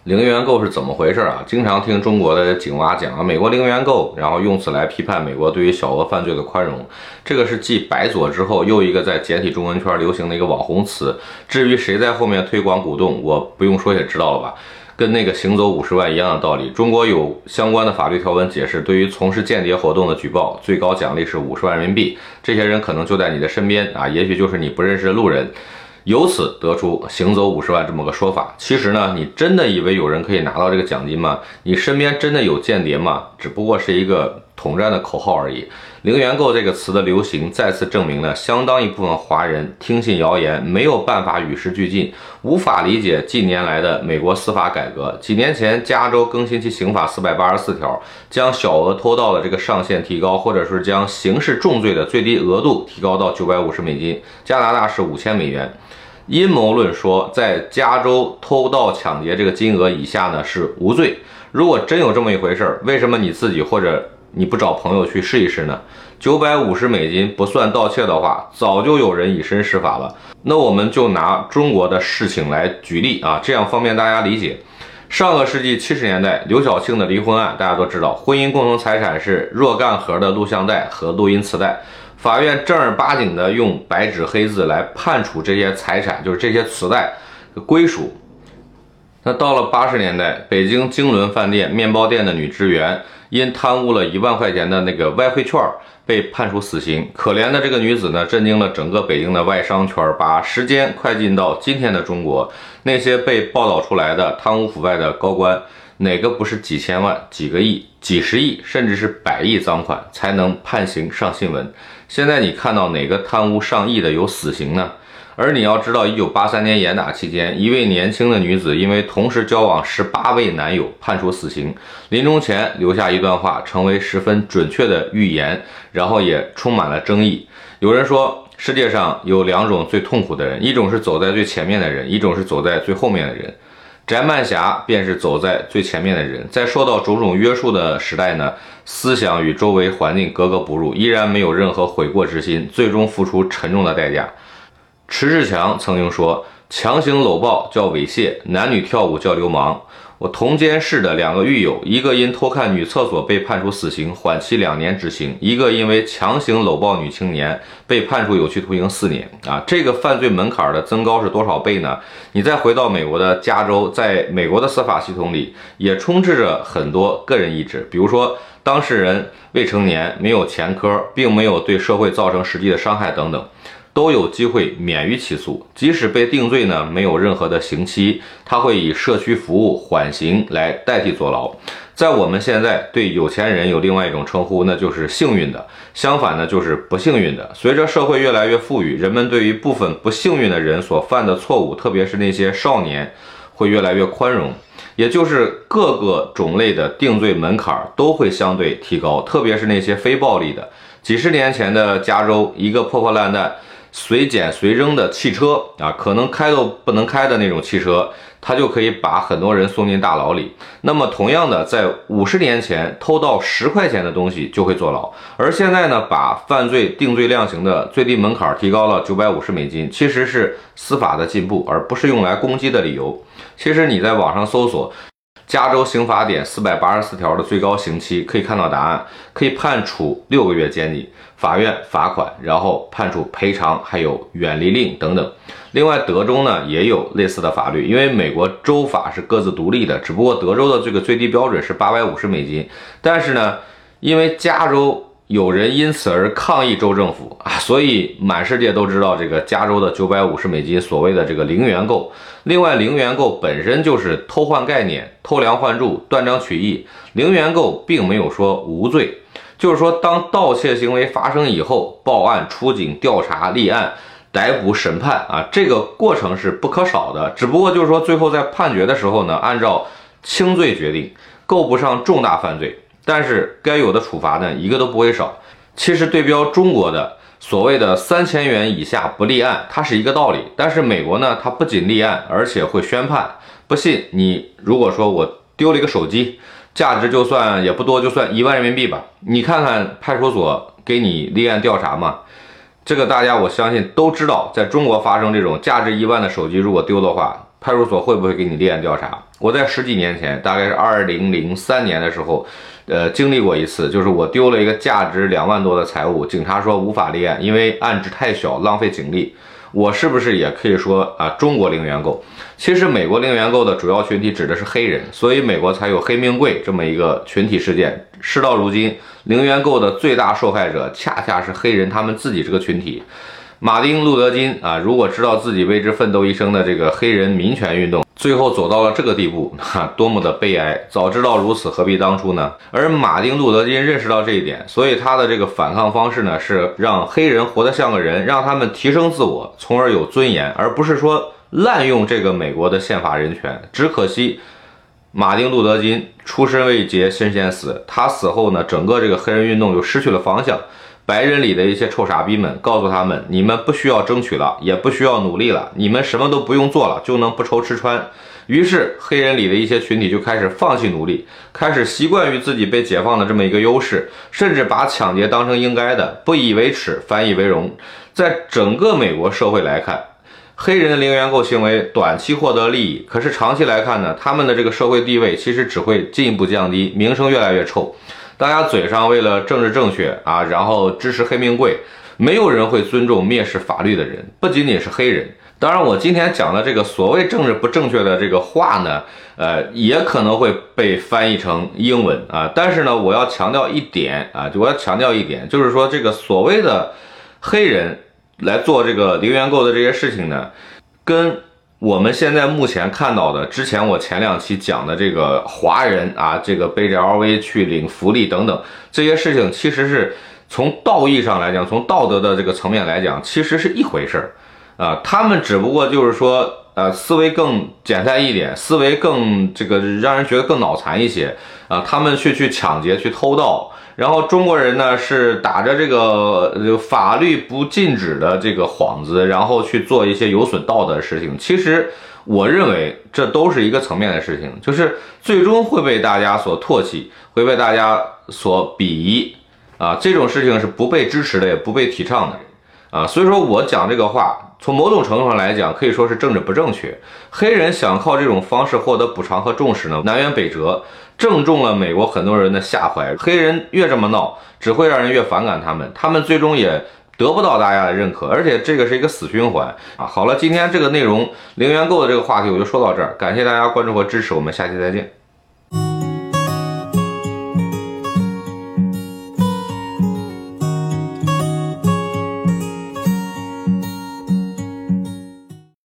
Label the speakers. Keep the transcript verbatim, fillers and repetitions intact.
Speaker 1: 零元购是怎么回事啊？经常听中国的警蛙讲啊，美国零元购，然后用此来批判美国对于小额犯罪的宽容。这个是继白左之后又一个在简体中文圈流行的一个网红词。至于谁在后面推广鼓动，我不用说也知道了吧？跟那个行走五十万一样的道理。中国有相关的法律条文解释，对于从事间谍活动的举报，最高奖励是五十万人民币。这些人可能就在你的身边啊，也许就是你不认识的路人。由此得出行走五十万这么个说法。其实呢，你真的以为有人可以拿到这个奖金吗？你身边真的有间谍吗？只不过是一个统战的口号而已。零元购这个词的流行，再次证明了相当一部分华人听信谣言，没有办法与时俱进，无法理解近年来的美国司法改革。几年前，加州更新其刑法四百八十四条，将小额偷盗的这个上限提高，或者是将刑事重罪的最低额度提高到九百五十美金，加拿大是五千美元。阴谋论说，在加州偷盗抢劫这个金额以下呢是无罪。如果真有这么一回事，为什么你自己或者你不找朋友去试一试呢？九百五十美金不算盗窃的话，早就有人以身试法了。那我们就拿中国的事情来举例啊，这样方便大家理解。上个世纪七十年代，刘晓庆的离婚案，大家都知道，婚姻共同财产是若干盒的录像带和录音磁带。法院正儿八经的用白纸黑字来判处这些财产，就是这些磁带的归属。那到了八十年代，北京京伦饭店面包店的女职员因贪污了一万块钱的那个外汇券被判处死刑。可怜的这个女子呢，震惊了整个北京的外商圈，把时间快进到今天的中国，那些被报道出来的贪污腐败的高官，哪个不是几千万、几个亿、几十亿，甚至是百亿赃款才能判刑上新闻？现在你看到哪个贪污上亿的有死刑呢？而你要知道，一九八三年严打期间，一位年轻的女子因为同时交往十八位男友判处死刑，临终前留下一段话，成为十分准确的预言，然后也充满了争议。有人说，世界上有两种最痛苦的人，一种是走在最前面的人，一种是走在最后面的人。翟曼霞便是走在最前面的人，在受到种种约束的时代呢，思想与周围环境格格不入，依然没有任何悔过之心，最终付出沉重的代价。迟志强曾经说，强行搂抱叫猥亵，男女跳舞叫流氓。我同监室的两个狱友，一个因偷看女厕所被判处死刑，缓期两年执行；一个因为强行搂抱女青年被判处有期徒刑四年。啊，这个犯罪门槛的增高是多少倍呢？你再回到美国的加州，在美国的司法系统里也充斥着很多个人意志，比如说当事人未成年、没有前科，并没有对社会造成实际的伤害等等，都有机会免于起诉。即使被定罪呢，没有任何的刑期，他会以社区服务缓刑来代替坐牢。在我们现在对有钱人有另外一种称呼，那就是幸运的，相反呢就是不幸运的。随着社会越来越富裕，人们对于部分不幸运的人所犯的错误，特别是那些少年，会越来越宽容，也就是各个种类的定罪门槛都会相对提高，特别是那些非暴力的。几十年前的加州，一个破破烂烂随捡随扔的汽车啊，可能开都不能开的那种汽车，它就可以把很多人送进大牢里。那么同样的，在五十年前，偷到十块钱的东西就会坐牢，而现在呢，把犯罪定罪量刑的最低门槛提高了九百五十美金，其实是司法的进步，而不是用来攻击的理由。其实你在网上搜索加州刑法典四百八十四条的最高刑期，可以看到答案，可以判处六个月监禁，法院罚款，然后判处赔偿，还有远离令等等。另外，德州呢也有类似的法律，因为美国州法是各自独立的，只不过德州的这个最低标准是八百五十美金，但是呢，因为加州有人因此而抗议州政府啊，所以满世界都知道这个加州的九百五十美金所谓的这个零元购。另外，零元购本身就是偷换概念、偷梁换柱、断章取义，零元购并没有说无罪，就是说当盗窃行为发生以后，报案、出警、调查、立案、逮捕、审判啊，这个过程是不可少的。只不过就是说最后在判决的时候呢，按照轻罪决定，够不上重大犯罪，但是该有的处罚呢一个都不会少。其实对标中国的所谓的三千元以下不立案，它是一个道理。但是美国呢，它不仅立案，而且会宣判。不信你如果说我丢了一个手机，价值就算也不多，就算一万人民币吧，你看看派出所给你立案调查吗？这个大家我相信都知道，在中国发生这种价值一万的手机如果丢的话， 派出所会不会给你立案调查？我在十几年前，大概是二零零三年的时候，呃，经历过一次，就是我丢了一个价值两万多的财物，警察说无法立案，因为案质太小，浪费警力。我是不是也可以说啊，中国零元购？其实美国零元购的主要群体指的是黑人，所以美国才有黑命贵这么一个群体事件。事到如今，零元购的最大受害者恰恰是黑人他们自己这个群体。马丁·路德·金啊，如果知道自己为之奋斗一生的这个黑人民权运动最后走到了这个地步，哈，多么的悲哀！早知道如此，何必当初呢？而马丁·路德·金认识到这一点，所以他的这个反抗方式呢，是让黑人活得像个人，让他们提升自我，从而有尊严，而不是说滥用这个美国的宪法人权。只可惜，马丁·路德·金出身未捷身先死，他死后呢，整个这个黑人运动就失去了方向。白人里的一些臭傻逼们告诉他们，你们不需要争取了，也不需要努力了，你们什么都不用做了，就能不愁吃穿。于是黑人里的一些群体就开始放弃努力，开始习惯于自己被解放的这么一个优势，甚至把抢劫当成应该的，不以为耻，反以为荣。在整个美国社会来看，黑人的零元购行为短期获得利益，可是长期来看呢，他们的这个社会地位其实只会进一步降低，名声越来越臭。大家嘴上为了政治正确啊，然后支持黑命贵，没有人会尊重蔑视法律的人，不仅仅是黑人。当然，我今天讲的这个所谓政治不正确的这个话呢，呃，也可能会被翻译成英文啊。但是呢，我要强调一点啊，我要强调一点，就是说这个所谓的黑人来做这个零元购的这些事情呢，跟我们现在目前看到的，之前我前两期讲的这个华人啊，这个背着 L V 去领福利等等这些事情，其实是从道义上来讲，从道德的这个层面来讲，其实是一回事儿啊。他们只不过就是说，呃，思维更简单一点，思维更这个让人觉得更脑残一些啊。他们去去抢劫，去偷盗。然后中国人呢是打着这个法律不禁止的这个幌子，然后去做一些有损道德的事情。其实我认为这都是一个层面的事情，就是最终会被大家所唾弃，会被大家所鄙夷啊。这种事情是不被支持的，也不被提倡的啊。所以说我讲这个话，从某种程度上来讲，可以说是政治不正确。黑人想靠这种方式获得补偿和重视呢，南辕北辙。正中了美国很多人的下怀，黑人越这么闹，只会让人越反感他们，他们最终也得不到大家的认可，而且这个是一个死循环啊。好了，今天这个内容零元购的这个话题我就说到这儿，感谢大家关注和支持，我们下期再见。